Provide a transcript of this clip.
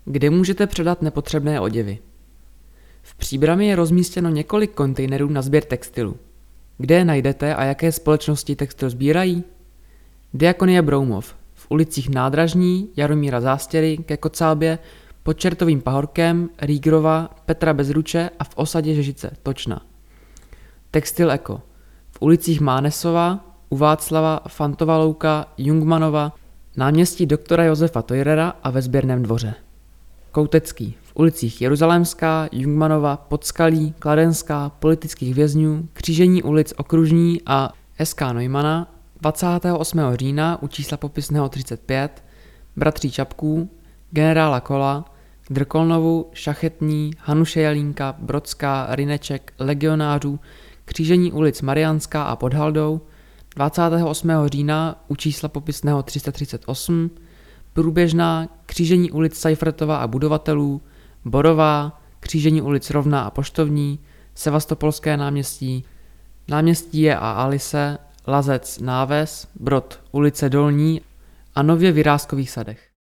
kde můžete předat nepotřebné oděvy. V Příbrami je rozmístěno několik kontejnerů na sběr textilu. Kde je najdete a jaké společnosti textil sbírají? Diakonie Broumov, v ulicích Nádražní, Jaromíra Zástěry, ke Kocábě, pod Čertovým pahorkem, Rýgrova, Petra Bezruče a v osadě Žežice, Točna. Textil Eko, v ulicích Mánesova, u Václava, Fantova louka, Jungmanova, náměstí doktora Josefa Teurera a ve Sběrném dvoře. Koutecký, v ulicích Jeruzalémská, Jungmanova, Podskalí, Kladenská, Politických vězňů, křížení ulic Okružní a SK Neumana 28. října u čísla popisného 35, Bratří Čapků, Generála Kola, Drkolnovu, Šachetní, Hanuše Jelínka, Brodská, Ryneček, Legionářů, křížení ulic Mariánská a Pod Haldou 28. října u čísla popisného 338, Průběžná, křížení ulic Seifertova a Budovatelů, Borová, křížení ulic Rovná a Poštovní, Sevastopolské náměstí, náměstí Je a Alice, Lazec, Náves, Brod, ulice Dolní a nově v Jiráskových sadech.